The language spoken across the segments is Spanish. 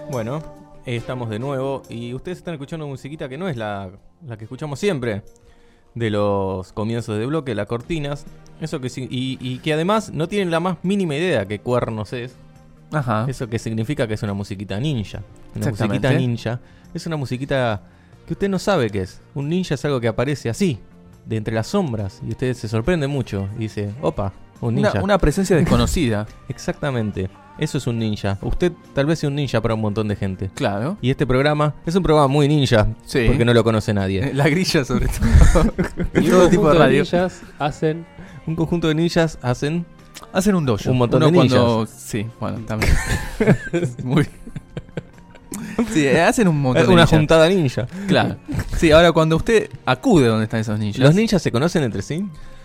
Bueno, estamos de nuevo y ustedes están escuchando musiquita que no es la que escuchamos siempre de los comienzos de bloque, las cortinas. Eso que y que además no tienen la más mínima idea que Cuernos es. Ajá. Eso que significa que es una musiquita ninja. Una musiquita ninja es una musiquita que usted no sabe qué es. Un ninja es algo que aparece así, de entre las sombras, y usted se sorprende mucho y dice, opa, un ninja. Una presencia desconocida. Exactamente. Eso es un ninja. Usted tal vez sea un ninja para un montón de gente. Claro. Y este programa es un programa muy ninja. Sí. Porque no lo conoce nadie. La grilla sobre todo. Todo tipo de radio. Ninjas hacen... Un conjunto de ninjas hacen un dojo. un montón de ninjas. Sí, bueno, también. Muy... Sí, hacen un montón Es de una ninjas. juntada ninja. Claro. Sí, ahora cuando usted acude donde están esos ninjas. ¿Los ninjas se conocen entre sí?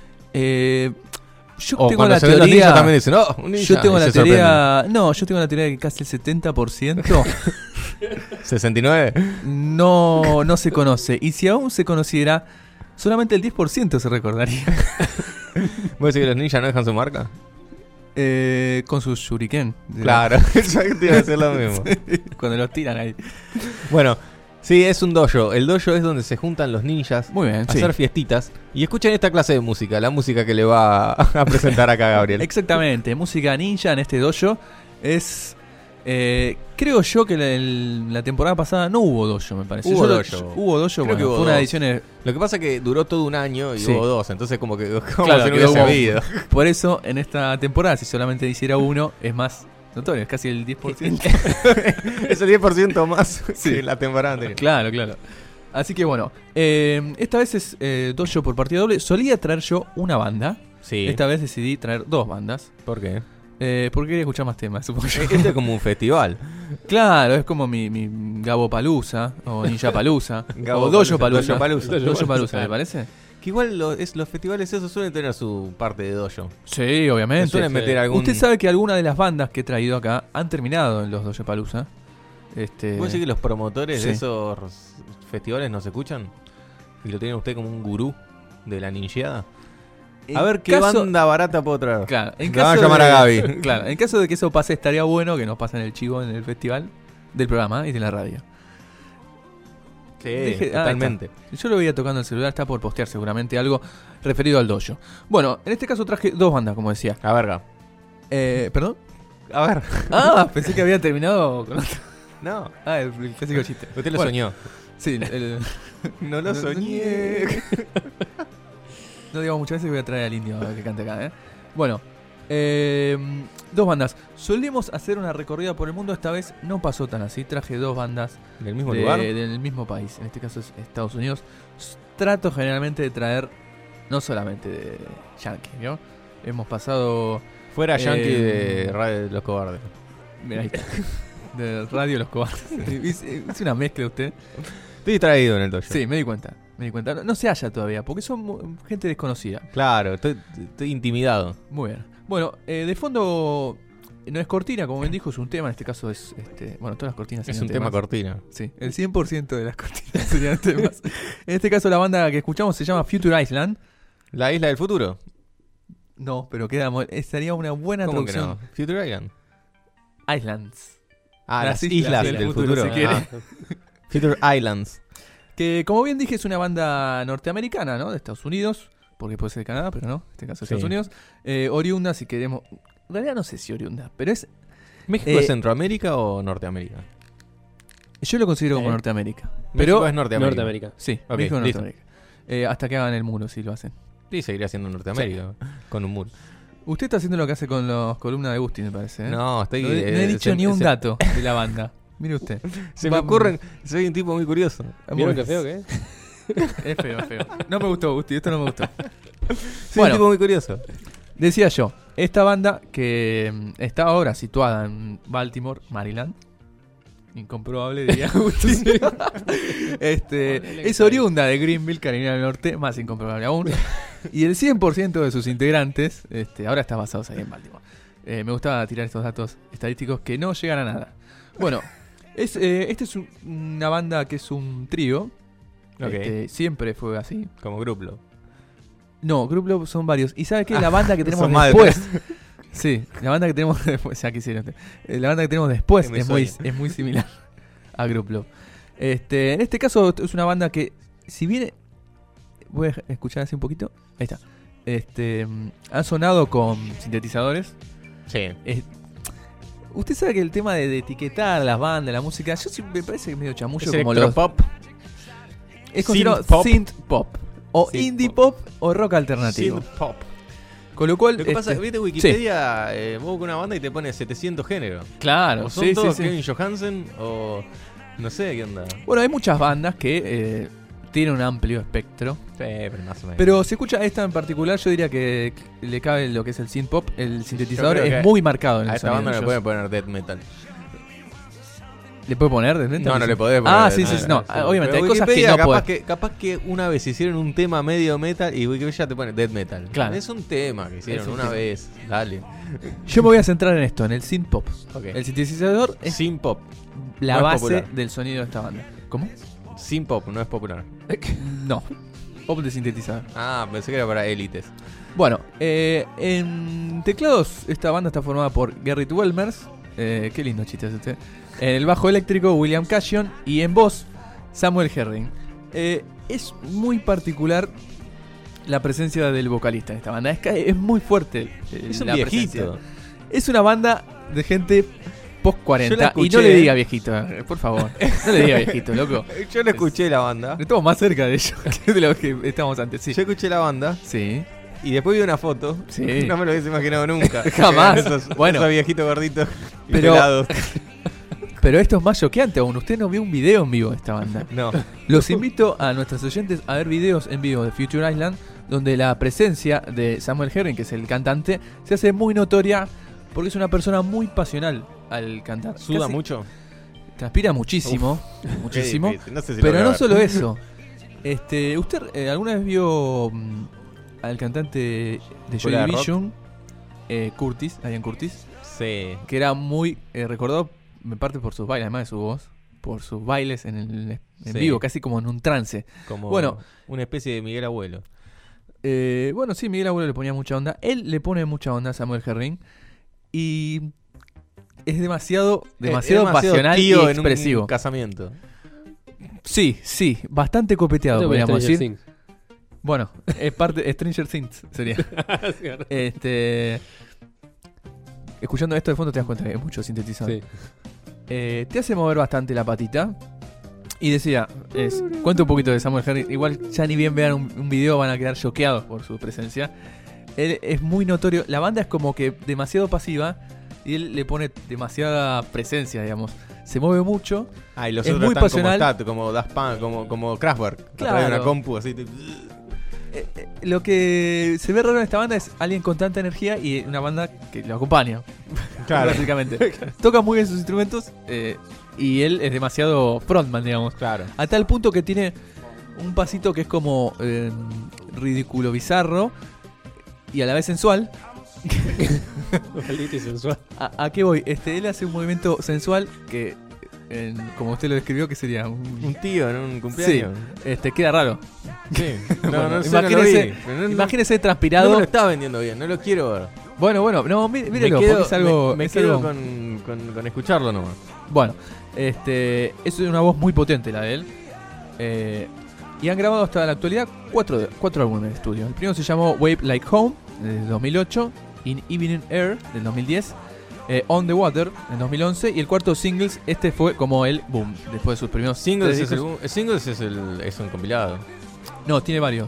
Yo O tengo cuando la se ven los teoría. ninjas también dicen, oh, un ninja. Yo tengo y la se teoría. No, yo tengo la teoría de que casi el 70% sorprenden. ¿69? no se conoce. Y si aún se conociera, solamente el 10% se recordaría. ¿Vos decís que los ninjas no dejan su marca? Con su shuriken. Claro, exacto, iba a decir lo mismo. Cuando los tiran ahí. Bueno, sí, es un dojo. El dojo es donde se juntan los ninjas Muy bien, a sí. hacer fiestitas y escuchan esta clase de música, la música que le va a presentar acá Gabriel. Exactamente, música ninja en este dojo es... creo yo que la temporada pasada no hubo dojo, me parece. Hubo dojo. Hubo dojo, Creo bueno, que hubo fue una dos. edición... Lo que pasa es que duró todo un año y Sí. hubo dos, entonces como que como Claro, si no quedó hubiese como- habido. Por eso, en esta temporada, si solamente hiciera uno, es más notorio, es casi el 10%. Es el 10% más Sí. que la temporada anterior. Claro, claro. Así que bueno, esta vez es dojo por partida doble. Solía traer yo una banda. Sí. Esta vez decidí traer dos bandas. ¿Por qué? Porque quería escuchar más temas, supongo yo. Este es como un festival. Claro, es como mi Gabo Palusa o Ninja Palusa Gabo o Dojo Palusa, Palusa. Dojo Palusa. Dojo Palusa, ¿le parece? Que igual los festivales esos suelen tener su parte de dojo. Sí, obviamente. Le suelen meter algún... Usted sabe que algunas de las bandas que he traído acá han terminado en los Dojo Palusa. ¿Vos decís que los promotores Sí. de esos festivales no se escuchan? ¿Y lo tienen usted como un gurú de la ninjeada? A ver qué banda barata puedo traer. Claro, en Le van a caso llamar de, a Gaby. Claro, en caso de que eso pase, estaría bueno que nos pasen el chivo en el festival del programa y de la radio. Sí, Dije- totalmente. Yo lo veía tocando el celular, está por postear seguramente algo referido al dojo. Bueno, en este caso traje dos bandas, como decía. A verga. ¿Perdón? A ver. Ah, pensé que había terminado con otro. No. Ah, el clásico chiste. Usted lo Bueno, soñó. Sí, No lo soñé. No digamos muchas veces que voy a traer al indio que cante acá, ¿eh? Bueno, dos bandas. Solemos hacer una recorrida por el mundo, esta vez no pasó tan así. Traje dos bandas ¿Del mismo lugar? del mismo país, en este caso es Estados Unidos. Trato generalmente de traer no solamente de Yankee, ¿no? Hemos pasado... Fuera Yankee de Radio de los Cobardes. Mirá, ahí está. De Radio Los Cobardes. Hice una mezcla usted. Estoy distraído en el dojo. Sí, me di cuenta. No se halla todavía, porque son gente desconocida. Claro, estoy intimidado. Muy bien. Bueno, de fondo no es cortina, como bien dijo, es un tema. En este caso es... bueno, todas las cortinas Es serían un tema temas. cortina. Sí, el 100% de las cortinas serían temas. En este caso la banda que escuchamos se llama Future Island. ¿La isla del futuro? No, pero sería una buena ¿Cómo que traducción. no? Future Island. Islands. Ah, Las las islas islas del del futuro, futuro. si quiere. Ah. Future Islands. Que como bien dije es una banda norteamericana, ¿no? De Estados Unidos. Porque puede ser de Canadá, pero no. En este caso de Sí. Estados Unidos. Oriunda, si queremos... En realidad no sé si oriunda, pero es... ¿México es Centroamérica o Norteamérica? Yo lo considero como Norteamérica. México Pero... es Norteamérica. Norteamérica. Sí, Ok, México es listo. Norteamérica. Hasta que hagan el muro, si lo hacen. Sí, seguiría siendo Norteamérica. Con un muro. Usted está haciendo lo que hace con las columnas de Gusti, me parece. ¿eh? No, estoy... No he dicho ni un dato de la banda. Mire usted. Se me ocurren... Soy un tipo muy curioso. ¿Vieron qué feo que es? Es feo, es feo. No me gustó, Gusti, esto no me gustó. Soy un tipo muy curioso. Decía yo, esta banda que está ahora situada en Baltimore, Maryland. Incomprobable, diría Gusti. Es oriunda de Greenville, Carolina del Norte, más incomprobable aún. Y el 100% de sus integrantes ahora están basados ahí en Baltimore. Me gustaba tirar estos datos estadísticos que no llegan a nada. Bueno, esta es una banda que es un trío. Ok. Siempre fue así. Como Gruplo. No, Group Love son varios. ¿Y sabe qué es la banda que tenemos Son más de después? Sí, la banda que tenemos después, ya quisieron. La banda que tenemos después Me es muy similar a Group Love. En este caso es una banda que, si bien voy a escuchar así un poquito, ahí está. Han sonado con sintetizadores. Sí. Usted sabe que el tema de etiquetar las bandas, la música, yo siempre me parece que es medio chamullo, Es como los electropop. es considerado Synth-pop. synth pop o Synth indie pop. pop o rock alternativo. Synth-pop. Con lo cual, Lo que pasa es que viste Wikipedia, vos buscas una banda y te pone 700 géneros. claro, O son sí, todos sí, sí. Kevin Johansen o no sé qué onda. Bueno, hay muchas bandas que tienen un amplio espectro. Pero más o menos. Pero si escucha esta en particular, yo diría que le cabe lo que es el synth pop. El sintetizador Yo creo es que muy marcado en a el esta sonido. banda no le Ellos- pueden poner death metal. ¿Le puede poner de frente? No, no le podés poner. Ah, sí, sí, sí. No, obviamente, Pero hay cosas que Wikipedia no puede. capaz que una vez hicieron un tema medio metal y Wikipedia te pone death metal. Claro. Es un tema que hicieron Es un una tema. vez. Dale. Yo me voy a centrar en esto, en el synth pop. Ok. El sintetizador es Synth pop. la no es base popular. del sonido de esta banda. ¿Cómo? Synth pop no es popular. No. Pop de sintetizador. Ah, pensé que era para élites. Bueno, en teclados, esta banda está formada por Gerrit Welmers. Qué lindo chiste hace usted. En el bajo eléctrico, William Cashion. Y en voz, Samuel Herring. Es muy particular la presencia del vocalista en esta banda. Es muy fuerte. Es un la viejito. presencia. Es una banda de gente post Yo 40. la Y no escuché. le diga viejito, por favor. No le diga viejito, loco. Yo le escuché la banda. Estamos más cerca de ellos que de lo que estábamos antes. Sí. Yo escuché la banda Sí. y después vi una foto. Sí. No me lo hubiese imaginado nunca. Jamás. Esos, Bueno. esos viejitos gorditos y Pero- pelados. Pero esto es más choqueante aún. Usted no vio un video en vivo de esta banda. No. Los invito a nuestros oyentes a ver videos en vivo de Future Island, donde la presencia de Samuel Herring, que es el cantante, se hace muy notoria porque es una persona muy pasional al cantar. ¿Suda Casi mucho? Transpira muchísimo, muchísimo. Qué difícil. No sé si Pero lo voy a no ver. solo eso. ¿Usted alguna vez vio al cantante de Joy ¿Escuela de rock? Division, Curtis, Ian Curtis? Sí. Que era muy recordado en parte por sus bailes, además de su voz, por sus bailes en Sí. vivo, casi como en un trance. Como Bueno. una especie de Miguel Abuelo. Bueno, sí, Miguel Abuelo le ponía mucha onda. Él le pone mucha onda a Samuel Herring. Y es demasiado pasional y tío en expresivo. un casamiento. Sí, sí, bastante copeteado, Yo te voy a podríamos Stranger decir. Bueno, es parte Stranger Things sería. Things. Escuchando esto de fondo te das cuenta que hay mucho sintetizador. Sí. Te hace mover bastante la patita. Y decía, cuento un poquito de Samuel Herring. Igual ya ni bien vean un video van a quedar choqueados por su presencia. Él es muy notorio. La banda es como que demasiado pasiva y él le pone demasiada presencia, digamos. Se mueve mucho. Ah, y los Es otros muy están pasional. como Stat, como Daft Punk, como Kraftwerk. Claro. Atrás de una compu así. Lo que se ve raro en esta banda es alguien con tanta energía y una banda que lo acompaña. Claro. Básicamente. Toca muy bien sus instrumentos y él es demasiado frontman, digamos. Claro. A tal punto que tiene un pasito que es como ridículo, bizarro y a la vez sensual. Maldito y sensual. ¿A qué voy? Él hace un movimiento sensual que, como usted lo describió, que sería Un tío en un cumpleaños. queda raro. Sí. No, Bueno, no sé, no lo imagínese, vi. Pero no- imagínese no transpirado. me lo está vendiendo bien, no lo quiero ver. Bueno, no, mírelo, me quedo, porque es algo. me es quedo algo- con escucharlo nomás. Bueno, es una voz muy potente la de él. Y han grabado hasta la actualidad cuatro álbumes de estudio. El primero se llamó Wave Like Home, del 2008. In Evening Air, del 2010. On the Water, en 2011. Y el cuarto, Singles. Este fue como el boom, después de sus primeros Singles tres discos. Singles es un compilado. No, tiene varios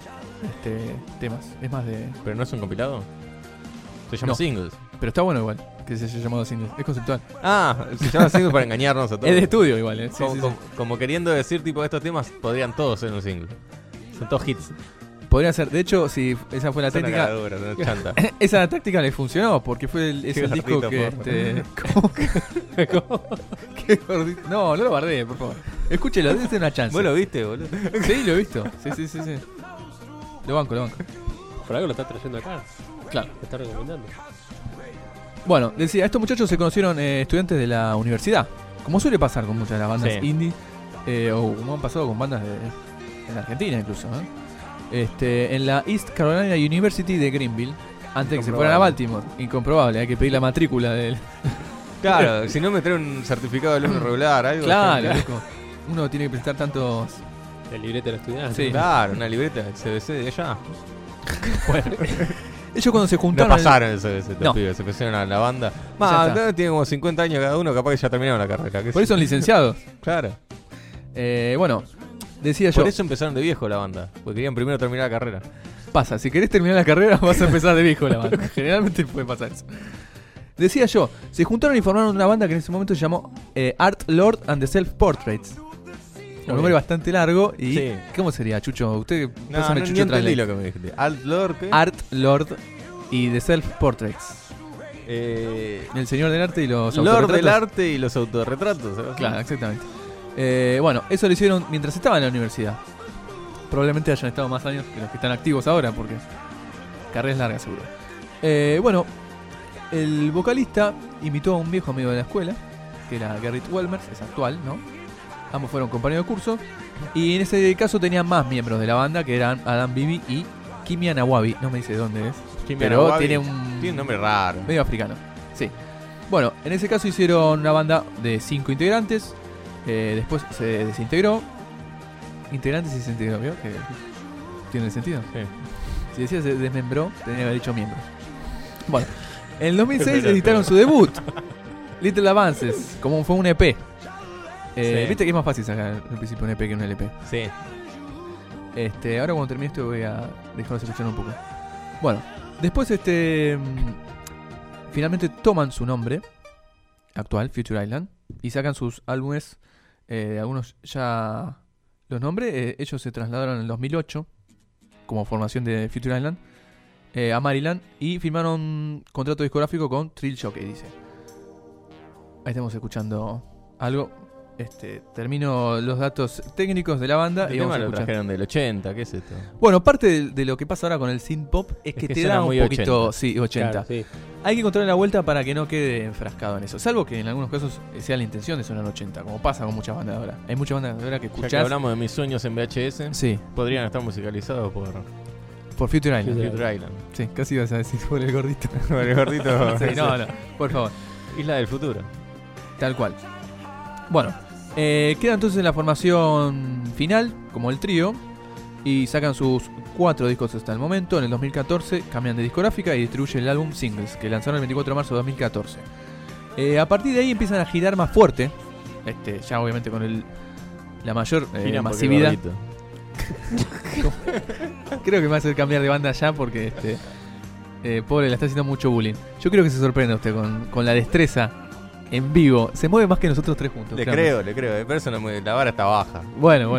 temas. Es más de. ¿Pero no es un compilado? Se llama No. Singles. Pero está bueno igual que se haya llamado Singles. Es conceptual. Ah, se llama Singles para engañarnos a todos. Es de estudio igual, ¿eh? Sí, como, sí, sí. como queriendo decir, tipo, estos temas podrían todos ser un single. Son todos hits. Podría ser. De hecho, si esa fue la Son una técnica. caradura, son una chanta. Esa táctica le funcionó porque fue es Qué el disco gordito, que porfa. ¿Cómo? Qué gordito. No lo bardee, por favor. Escúchelo, dése una chance. ¿Vos lo viste, boludo? Sí, lo he visto. Sí. Lo banco. Por algo lo está trayendo acá. Claro. Lo está recomendando. Bueno, decía, estos muchachos se conocieron estudiantes de la universidad. Como suele pasar con muchas de las bandas Sí. indie. O como han pasado con bandas en Argentina incluso. En la East Carolina University de Greenville. Antes de que se fueran a Baltimore. Incomprobable, hay que pedir la matrícula del... Claro, si no me trae un certificado de alumno regular, algo. Claro, loco. Uno tiene que prestar tantos... La libreta de la estudiante. Sí. Claro, una libreta del CBC de allá. Bueno. Ellos cuando se No juntaron... pasaron el CBC, los No. pibes, se pusieron a la banda. Ya está. Tienen como 50 años cada uno, capaz que ya terminaron la carrera. Por eso son licenciados. Claro. Bueno, decía yo... Por eso empezaron de viejo la banda, porque querían primero terminar la carrera. Pasa, si querés terminar la carrera vas a empezar de viejo la banda. Generalmente puede pasar eso. Decía yo, se juntaron y formaron una banda que en ese momento se llamó Art Lord and the Self Portraits. Un nombre bastante largo y... Sí. ¿Cómo sería, Chucho? Usted No, pásame no, Chucho ni entendí Translate. lo que me dijiste. Alt Lord, ¿qué? Art Lord y The Self Portraits. El señor del arte y los Lord autorretratos. del arte y los autorretratos. ¿sabes? Claro, exactamente. Bueno, eso lo hicieron mientras estaban en la universidad. Probablemente hayan estado más años que los que están activos ahora, porque carreras largas seguro. Bueno, el vocalista invitó a un viejo amigo de la escuela, que era Gerrit Welmers, es actual, ¿no? Ambos fueron compañeros de curso. Y en ese caso tenían más miembros de la banda, que eran Adam Bibi y Kimia Nawabi. No me dice dónde es, Kimia pero Nawabi tiene un nombre raro. medio africano. Sí. Bueno, en ese caso hicieron una banda de 5 integrantes. Después se desintegró. Integrantes y se integró, ¿vio? Que tiene sentido. Sí. Si decía se desmembró, tenía que haber dicho miembros. Bueno, en el 2006 editaron su debut, Little Advances, como fue un EP. Sí. Viste que es más fácil sacar al principio un EP que un LP. Sí. Ahora cuando termine esto voy a dejarlos escuchar un poco. Bueno, después finalmente toman su nombre actual, Future Island, y sacan sus álbumes. Algunos ya los nombres. Ellos se trasladaron en el 2008 como formación de Future Island a Maryland y firmaron un contrato discográfico con Thrill Jockey, dice. Ahí estamos escuchando algo. Termino los datos técnicos de la banda El y tema vamos a lo escuchar. trajeron del 80, ¿qué es esto? Bueno, parte de lo que pasa ahora con el synth pop es que te suena da un muy poquito, 80. sí, 80. Claro, sí. Hay que encontrar la vuelta para que no quede enfrascado en eso. Salvo que en algunos casos sea la intención de sonar 80, como pasa con muchas bandas de ahora. Hay muchas bandas de ahora que Ya que escuchás. hablamos de mis sueños en VHS, Sí, podrían estar musicalizados por por Future Island. Future Future Island. Sí, casi ibas a decir por el gordito. Por el gordito. Sí, no, por favor. Isla del futuro. Tal cual. Bueno, queda entonces la formación final, como el trío, y sacan sus 4 discos hasta el momento. En el 2014 cambian de discográfica y distribuyen el álbum Singles, que lanzaron el 24 de marzo de 2014. A partir de ahí empiezan a girar más fuerte, ya obviamente con la mayor Giran porque masividad. el gordito. Creo que me va a hacer cambiar de banda ya porque pobre, le está haciendo mucho bullying. Yo creo que se sorprende usted con la destreza en vivo. Se mueve más que nosotros tres juntos. Le créame. creo. Pero eso no la vara está baja. Bueno.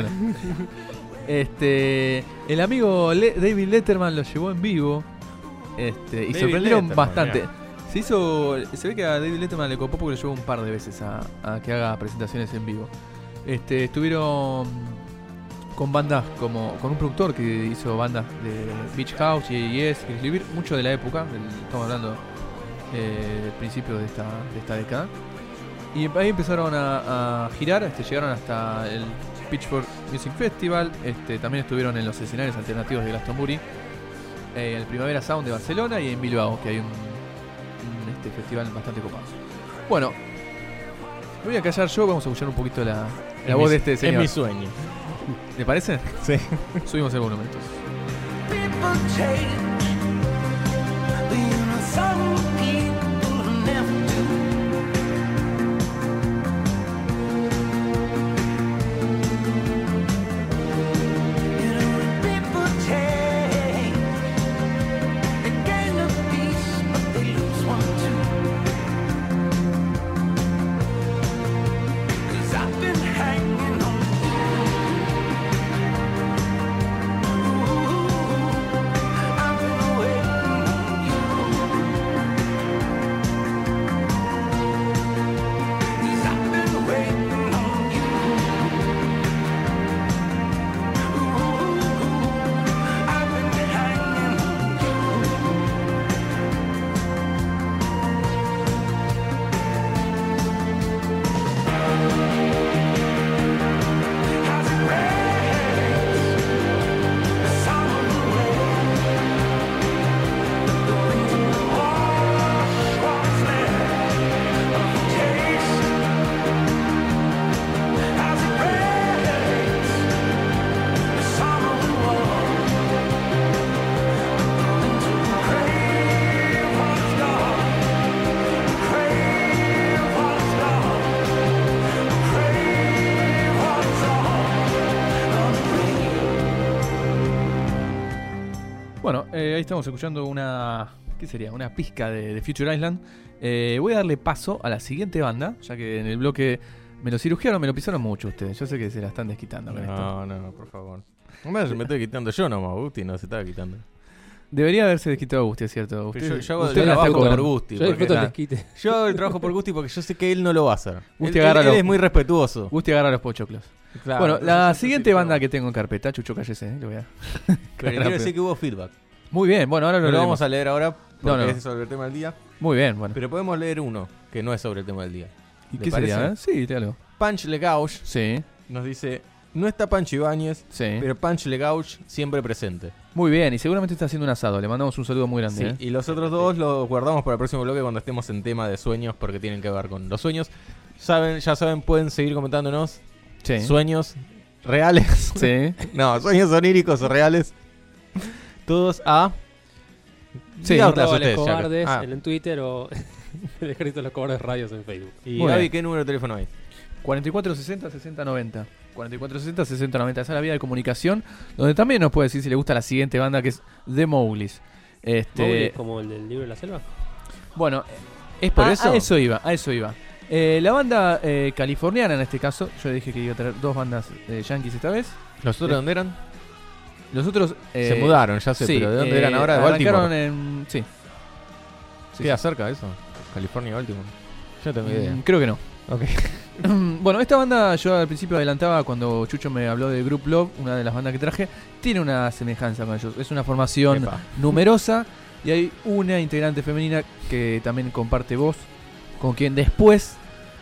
El amigo David Letterman lo llevó en vivo. Y David sorprendieron Letterman, bastante. Se ve que a David Letterman le copó porque lo llevó un par de veces a que haga presentaciones en vivo. Estuvieron con bandas con un productor que hizo bandas de Beach House y Yes, Chris Livir, mucho de la época, estamos hablando del principio de esta década. Y ahí empezaron a girar, llegaron hasta el Pitchfork Music Festival, también estuvieron en los escenarios alternativos de Glastonbury, el Primavera Sound de Barcelona y en Bilbao, que hay un festival bastante copado. Bueno, me voy a callar yo, vamos a escuchar un poquito la voz de este señor. Es mi sueño. ¿Le parece? Sí. Subimos el volumen entonces. People change, you know, some people never do. You know, people change, they gain a piece, but they lose one too. 'Cause I've been hanging on. I've been estamos escuchando una... ¿Qué sería? Una pizca de Future Island. Voy a darle paso a la siguiente banda, ya que en el bloque me lo cirugiaron, me lo pisaron mucho ustedes. Yo sé que se la están desquitando con esto. No, por favor. Me estoy quitando yo nomás, Gusti no se estaba quitando. Debería haberse desquitado a Gusti, es cierto. Pero Usted, yo hago usted el la está trabajo por cobrando. Gusti. Yo porque- disfruto el nada. desquite. Yo hago el trabajo por Gusti porque yo sé que él no lo va a hacer. Gusti Él agarra los- es muy respetuoso. Gusti agarra los pochoclos. Claro, Bueno, entonces la yo sé siguiente que banda no. que tengo en carpeta, Chucho, cállese, lo voy a... Pero quiero decir que hubo feedback. Muy bien, bueno, ahora No lo leemos. vamos a leer ahora porque No. es sobre el tema del día. Muy bien, bueno. Pero podemos leer uno que no es sobre el tema del día. ¿Y ¿le qué sería? parece? Sí, léalo. Punch Legauch Sí, nos dice: no está Pancho Ibáñez, sí. pero Punch Legauch siempre presente. Muy bien, y seguramente está haciendo un asado. Le mandamos un saludo muy grande. Sí, ¿eh? y los otros dos los guardamos para el próximo bloque cuando estemos en tema de sueños porque tienen que ver con los sueños. Ya saben, pueden seguir comentándonos Sí. sueños reales. Sí. No, sueños oníricos o reales. Todos a... Sí, Diga no, otras Los ustedes, ya que- Cobardes Ah, en Twitter o el Ejército de los Cobardes Radios en Facebook. y Muy Gaby, bien. ¿qué número de teléfono hay? 4460 6090. 4460 6090. Esa es la vía de comunicación. Donde también nos puede decir si le gusta la siguiente banda, que es The Mowgli's. Mowgli, como el del libro de la selva. Bueno, ¿Es por eso? A eso iba. La banda californiana en este caso, yo dije que iba a traer dos bandas yankees esta vez. ¿Los otros dónde eran? Los otros Se mudaron, ya sé, sí, pero ¿de dónde eran ahora? De arrancaron Baltimore. en... Sí. ¿Queda cerca eso? California y Baltimore. Yo no tengo idea. Creo que no. Ok. Bueno, esta banda yo al principio adelantaba cuando Chucho me habló de Group Love, una de las bandas que traje, tiene una semejanza con ellos. Es una formación Epa. numerosa y hay una integrante femenina que también comparte voz, con quien después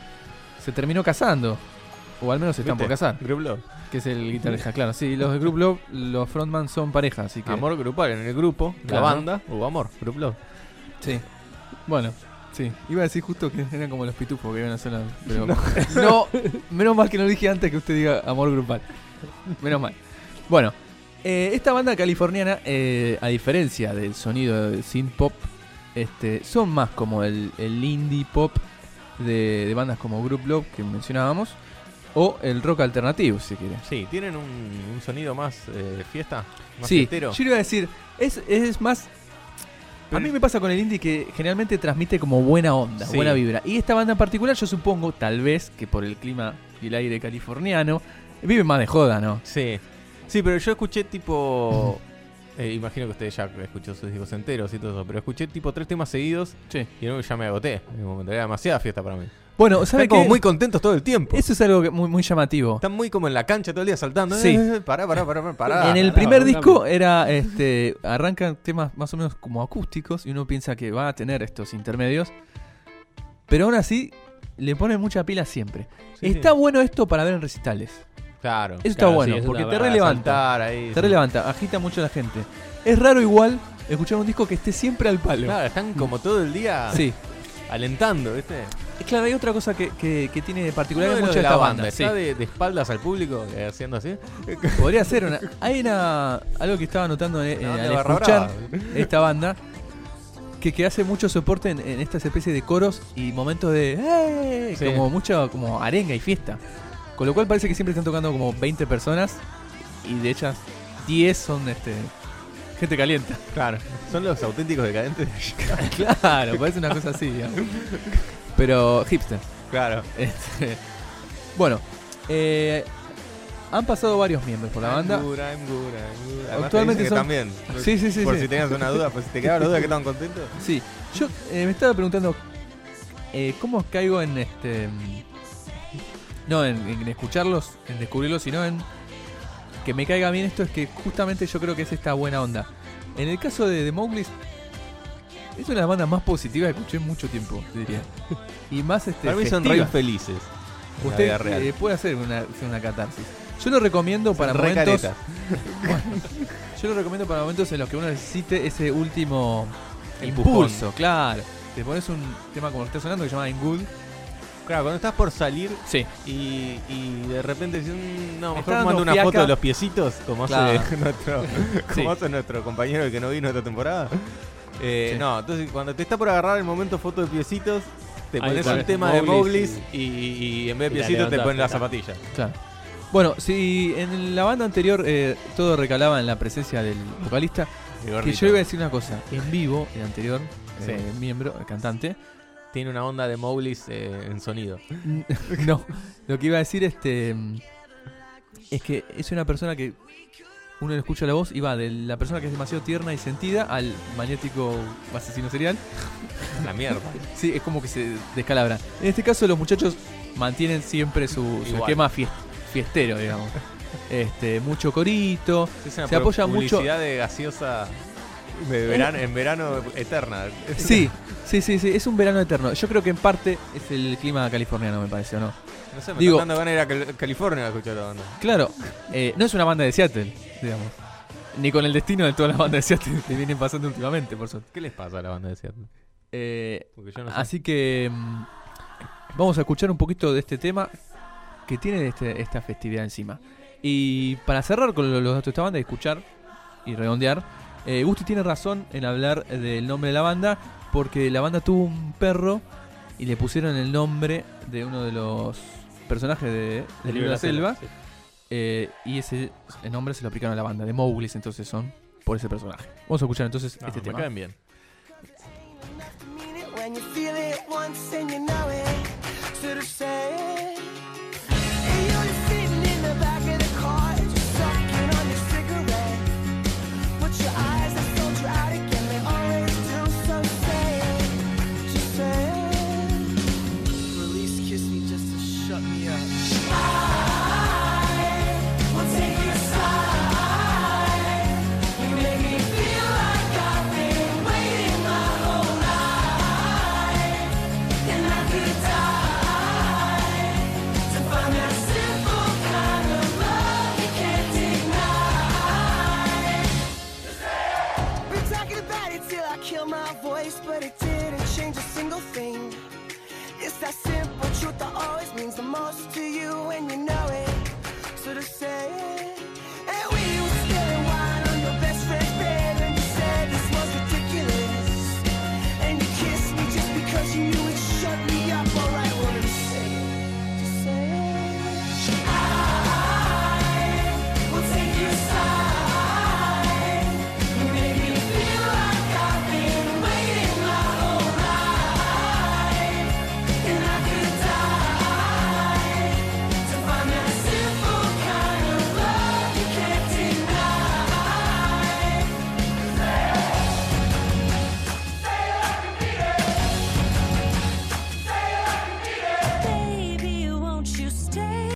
se terminó casando, o al menos se están por ¿Viste? casar, Group Love. que es el guitarrista. Claro, sí, los de Group Love, los frontman son pareja, así que... Amor grupal en el grupo, Claro. la banda, hubo amor, Group Love. Sí. Bueno, sí. Iba a decir justo que eran como los pitufos que iban a hacer la... Pero no, menos mal que no dije antes que usted diga amor grupal. Menos mal. Bueno, esta banda californiana, a diferencia del sonido de synth pop, son más como el indie pop de bandas como Group Love que mencionábamos, o el rock alternativo, si quiere. Sí, tienen un sonido más fiesta, más Sí, fiestero. yo le iba a decir, es más... A mí me pasa con el indie que generalmente transmite como buena onda, Sí. buena vibra. Y esta banda en particular, yo supongo, tal vez, que por el clima y el aire californiano, vive más de joda, ¿no? Sí. Sí, pero yo escuché tipo... imagino que usted ya escuchó sus discos enteros y todo eso, pero escuché tipo 3 temas seguidos Sí. y no, ya me agoté. En un momento era demasiada fiesta para mí. Bueno, ¿sabe Están como qué? muy contentos todo el tiempo. Eso es algo muy, muy llamativo. Están muy como en la cancha todo el día saltando. Sí. Pará. En el no, primer no, disco era, arrancan temas más o menos como acústicos y uno piensa que va a tener estos intermedios, pero aún así le ponen mucha pila siempre. Sí, Está sí. bueno esto para ver en recitales. Claro. Eso está Claro, bueno, sí, eso porque está te para relevanta. Saltar ahí, Te sí. relevanta, agita mucho a la gente. Es raro igual escuchar un disco que esté siempre al palo. Claro, están como todo el día Sí. alentando, ¿viste? Claro, hay otra cosa que tiene de particular Uno de mucho los de de esta la banda. banda, Sí. está de espaldas al público, haciendo así. Podría ser una. Hay algo que estaba notando Una al banda barra escuchar brava. esta banda que hace mucho soporte en estas especies de coros y momentos de ¡eh! Sí. Como mucha como arenga y fiesta. Con lo cual parece que siempre están tocando como 20 personas y de ellas 10 son gente caliente. Claro, son los auténticos decadentes. Claro, parece una cosa así, digamos. Pero hipster. Claro. Bueno, han pasado varios miembros por la banda. I'm good. Además Actualmente te dicen que son- también. Sí, Por sí. si tenías una duda, pues si te quedaba la duda que estaban contentos. Sí, yo me estaba preguntando cómo caigo en no en escucharlos, en descubrirlos, sino en que me caiga bien esto. Es que justamente yo creo que es esta buena onda. En el caso de The Mowgli's, es una de las bandas más positivas que escuché en mucho tiempo, diría. Y más Para mí son festiva. re infelices. en la Usted vida real. puede hacer una catarsis. Yo lo recomiendo para Re momentos. caretas. Yo lo recomiendo para momentos en los que uno necesite ese último Empujón. impulso, claro. Te pones un tema como el que está sonando que se llama In Good. Claro, cuando estás por salir Sí. y de repente dices, no, Me mejor está dando mando una fiaca". foto de los piecitos, como Claro. hace nuestro, Sí. como hace nuestro compañero que no vino esta temporada. Sí. No, entonces cuando te está por agarrar el momento foto de piecitos, te Ahí pones pones un tema de Mowgli's Mowgli's y en vez de y la piecitos te levantás, ponen las claro. zapatillas. Claro. Bueno, si en la banda anterior todo recalaba en la presencia del vocalista, El Que gordito. yo iba a decir una cosa. En vivo, el anterior Sí. miembro, el cantante, Tiene una onda de Mowglis en sonido. no, lo que iba a decir es que es una persona que uno le escucha la voz y va de la persona que es demasiado tierna y sentida al magnético asesino serial. La mierda. Sí, es como que se descalabra. En este caso los muchachos mantienen siempre su Igual. esquema fiestero, digamos. Mucho corito, Es una se apoya mucho. publicidad de gaseosa de verano, en verano eterna. Sí, es un verano eterno. Yo creo que en parte es el clima californiano, me parece, ¿o no? No sé, me Digo- están dando ganas de ir a California a escuchar la banda. Claro, no es una banda de Seattle, digamos. Ni con el destino de todas las bandas de Seattle que vienen pasando últimamente, por suerte. ¿Qué les pasa a la banda de Seattle? Porque yo no sé. Así que vamos a escuchar un poquito de este tema que tiene esta festividad encima. Y para cerrar con los datos de esta banda y escuchar y redondear, Gusti tiene razón en hablar del nombre de la banda, porque la banda tuvo un perro y le pusieron el nombre de uno de los personajes de Libro de la Selva, sí. y el nombre se lo aplicaron a la banda de Mowglis, entonces son por ese personaje. Vamos a escuchar entonces No, este me tema. caen bien. Mean it when you feel it once and you know it. So to say, hey, you're just sitting in the back of the car, just sucking on your cigarette. Put your eyes, I sold you out again, they always do. So say it, just say it. Release, kiss me just to shut me up. We'll take your side. You make me feel like I've been waiting my whole life, and I could die to find that simple kind of love you can't deny. Been talking about it till I kill my voice, but it didn't change a single thing. It's that simple truth that always means the most to you, and you know it. So to say it.